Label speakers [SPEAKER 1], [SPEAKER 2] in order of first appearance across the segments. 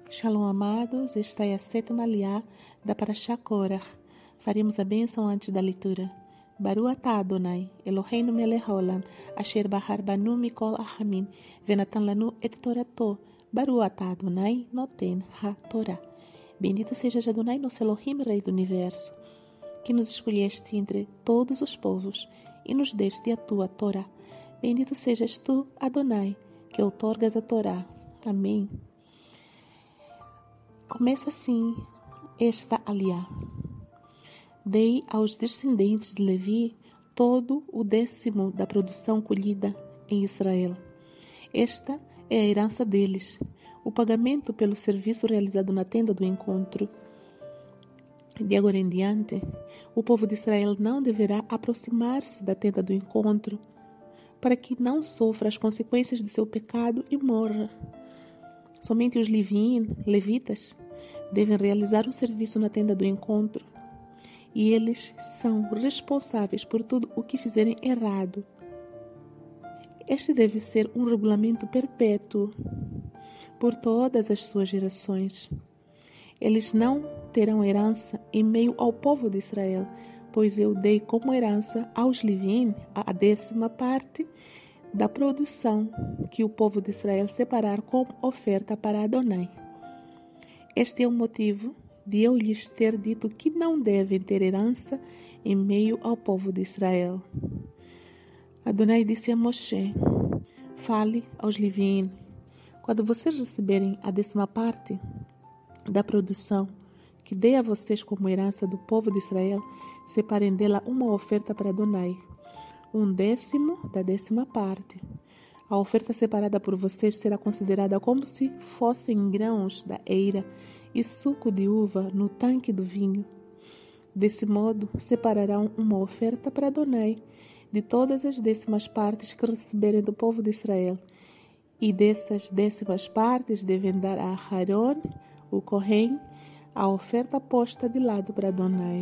[SPEAKER 1] Shalom, amados. Esta é a 7ª aliá da Parashá Korach. Faremos a bênção antes da leitura. Baru atah Adonai, Eloheinu melech haolam, asher bahar banu mikol achamin, venatan lanu et torato. Baru atah Adonai, noten ha-torah. Bendito sejas Adonai, nosso Elohim, Rei do Universo, que nos escolheste entre todos os povos e nos deste a tua Torá. Bendito sejas tu, Adonai, que outorgas a Torá. Amém. Começa assim esta aliá. Dei aos descendentes de Levi todo o 10º da produção colhida em Israel. Esta é a herança deles, o pagamento pelo serviço realizado na tenda do encontro. De agora em diante, o povo de Israel não deverá aproximar-se da tenda do encontro, para que não sofra as consequências de seu pecado e morra. Somente os levitas, devem realizar o serviço na tenda do encontro, e eles são responsáveis por tudo o que fizerem errado. Este deve ser um regulamento perpétuo por todas as suas gerações. Eles não terão herança em meio ao povo de Israel, pois eu dei como herança aos Levim a 10ª parte da produção que o povo de Israel separar como oferta para Adonai. Este é o motivo de eu lhes ter dito que não devem ter herança em meio ao povo de Israel. Adonai disse a Moshe: fale aos Levim, quando vocês receberem a 10ª parte da produção que dei a vocês como herança do povo de Israel, separem dela uma oferta para Adonai, 1/10 da 10ª parte. A oferta separada por vocês será considerada como se fossem grãos da eira e suco de uva no tanque do vinho. Desse modo, separarão uma oferta para Adonai de todas as 10ª partes que receberem do povo de Israel. E dessas 10ª partes devem dar a Aharon, o Kohen, a oferta posta de lado para Adonai.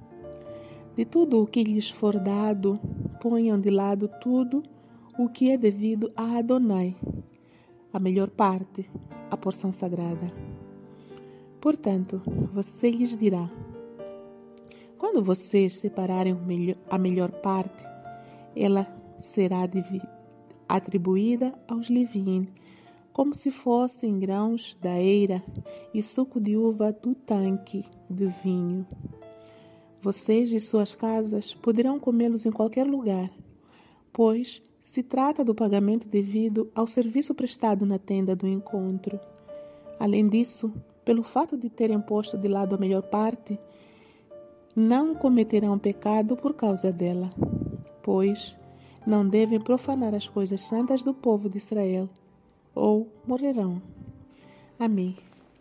[SPEAKER 1] De tudo o que lhes for dado, ponham de lado tudo o que é devido a Adonai, a melhor parte, a porção sagrada. Portanto, você lhes dirá: quando vocês separarem a melhor parte, ela será atribuída aos Levim, como se fossem grãos da eira e suco de uva do tanque de vinho. Vocês e suas casas poderão comê-los em qualquer lugar, pois se trata do pagamento devido ao serviço prestado na tenda do encontro. Além disso, pelo fato de terem posto de lado a melhor parte, não cometerão pecado por causa dela, pois não devem profanar as coisas santas do povo de Israel, ou morrerão. Amém.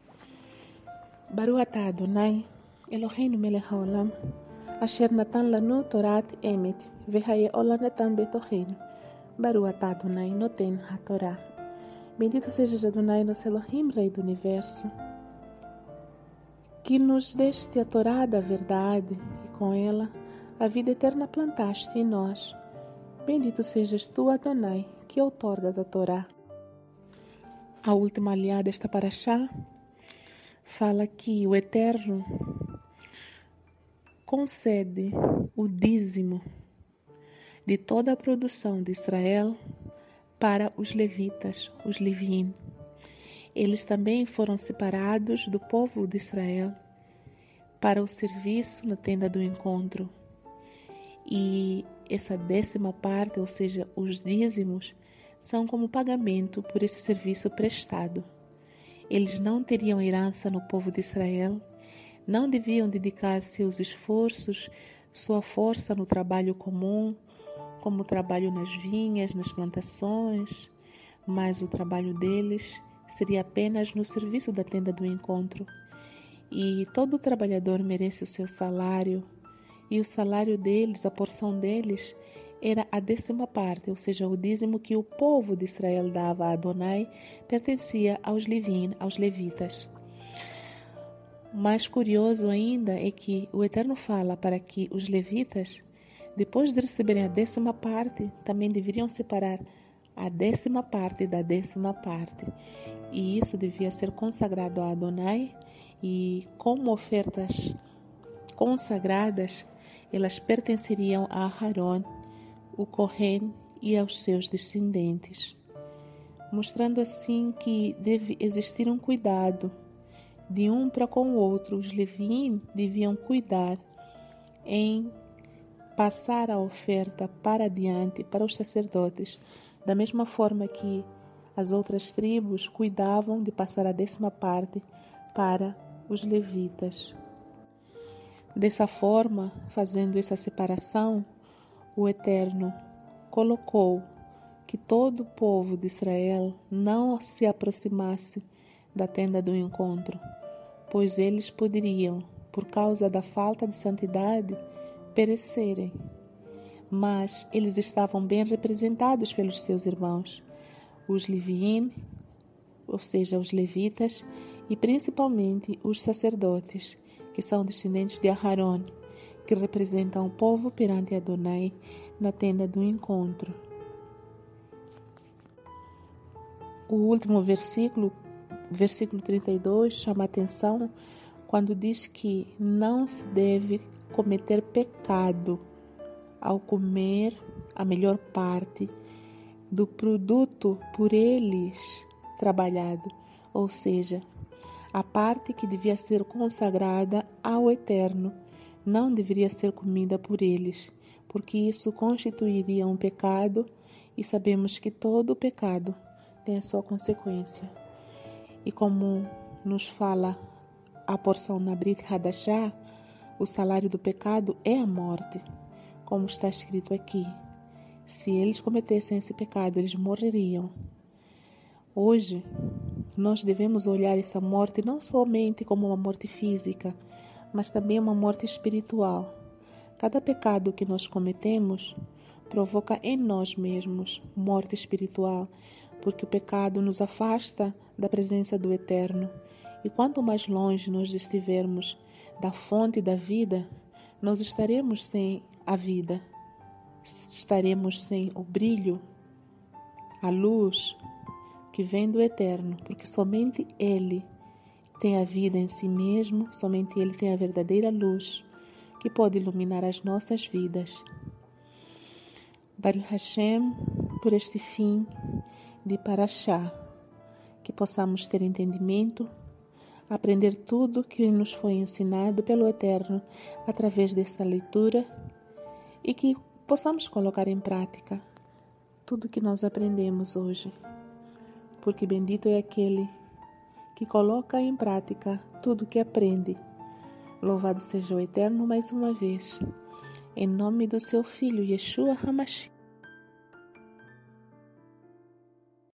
[SPEAKER 1] Baru atah Adonai, Eloheinu melech haolam, asher natan lanu torat emet, vehaye olam natan betoheinu. Baru atah Adonai, noten ha-torah. Bendito sejas Adonai, nosso Elohim, Rei do Universo, que nos deste a Torá da verdade, e com ela a vida eterna plantaste em nós. Bendito sejas tu, Adonai, que outorgas a Torá. A última aliá desta Parashá fala que o Eterno concede o dízimo de toda a produção de Israel para os levitas, os Levim. Eles também foram separados do povo de Israel para o serviço na tenda do encontro. E essa 10ª parte, ou seja, os dízimos, são como pagamento por esse serviço prestado. Eles não teriam herança no povo de Israel, não deviam dedicar seus esforços, sua força no trabalho comum, como o trabalho nas vinhas, nas plantações, mas o trabalho deles seria apenas no serviço da tenda do encontro. E todo trabalhador merece o seu salário, e o salário deles, a porção deles, era a 10ª parte, ou seja, o dízimo que o povo de Israel dava a Adonai, pertencia aos Levim, aos levitas. Mais curioso ainda é que o Eterno fala para que os levitas, depois de receberem a 10ª parte, também deveriam separar a 10ª parte da 10ª parte, e isso devia ser consagrado a Adonai, e como ofertas consagradas, elas pertenceriam a Aharon, o Cohen e aos seus descendentes, mostrando assim que deve existir um cuidado de um para com o outro. Os Leviim deviam cuidar em passar a oferta para adiante para os sacerdotes, da mesma forma que as outras tribos cuidavam de passar a 10ª parte para os levitas. Dessa forma, fazendo essa separação, o Eterno colocou que todo o povo de Israel não se aproximasse da tenda do encontro, pois eles poderiam, por causa da falta de santidade, perecerem. Mas eles estavam bem representados pelos seus irmãos, os Leviim, ou seja, os levitas, e principalmente os sacerdotes, que são descendentes de Aharon, que representam o povo perante Adonai na tenda do encontro. O último versículo 32, chama a atenção quando diz que não se deve cometer pecado ao comer a melhor parte do produto por eles trabalhado, ou seja, a parte que devia ser consagrada ao Eterno não deveria ser comida por eles, porque isso constituiria um pecado, e sabemos que todo pecado tem a sua consequência. E como nos fala a porção na Brit Hadashah, o salário do pecado é a morte, como está escrito aqui. Se eles cometessem esse pecado, eles morreriam. Hoje, nós devemos olhar essa morte não somente como uma morte física, mas também uma morte espiritual. Cada pecado que nós cometemos provoca em nós mesmos morte espiritual, porque o pecado nos afasta da presença do Eterno. E quanto mais longe nós estivermos da fonte da vida, nós estaremos sem a vida, estaremos sem o brilho, a luz que vem do Eterno, porque somente Ele tem a vida em si mesmo, somente Ele tem a verdadeira luz que pode iluminar as nossas vidas. Baruch Hashem, por este fim de Parashá, que possamos ter entendimento, aprender tudo que nos foi ensinado pelo Eterno através desta leitura, e que possamos colocar em prática tudo que nós aprendemos hoje, porque bendito é aquele que coloca em prática tudo que aprende. Louvado seja o Eterno mais uma vez, em nome do seu Filho Yeshua HaMashiach.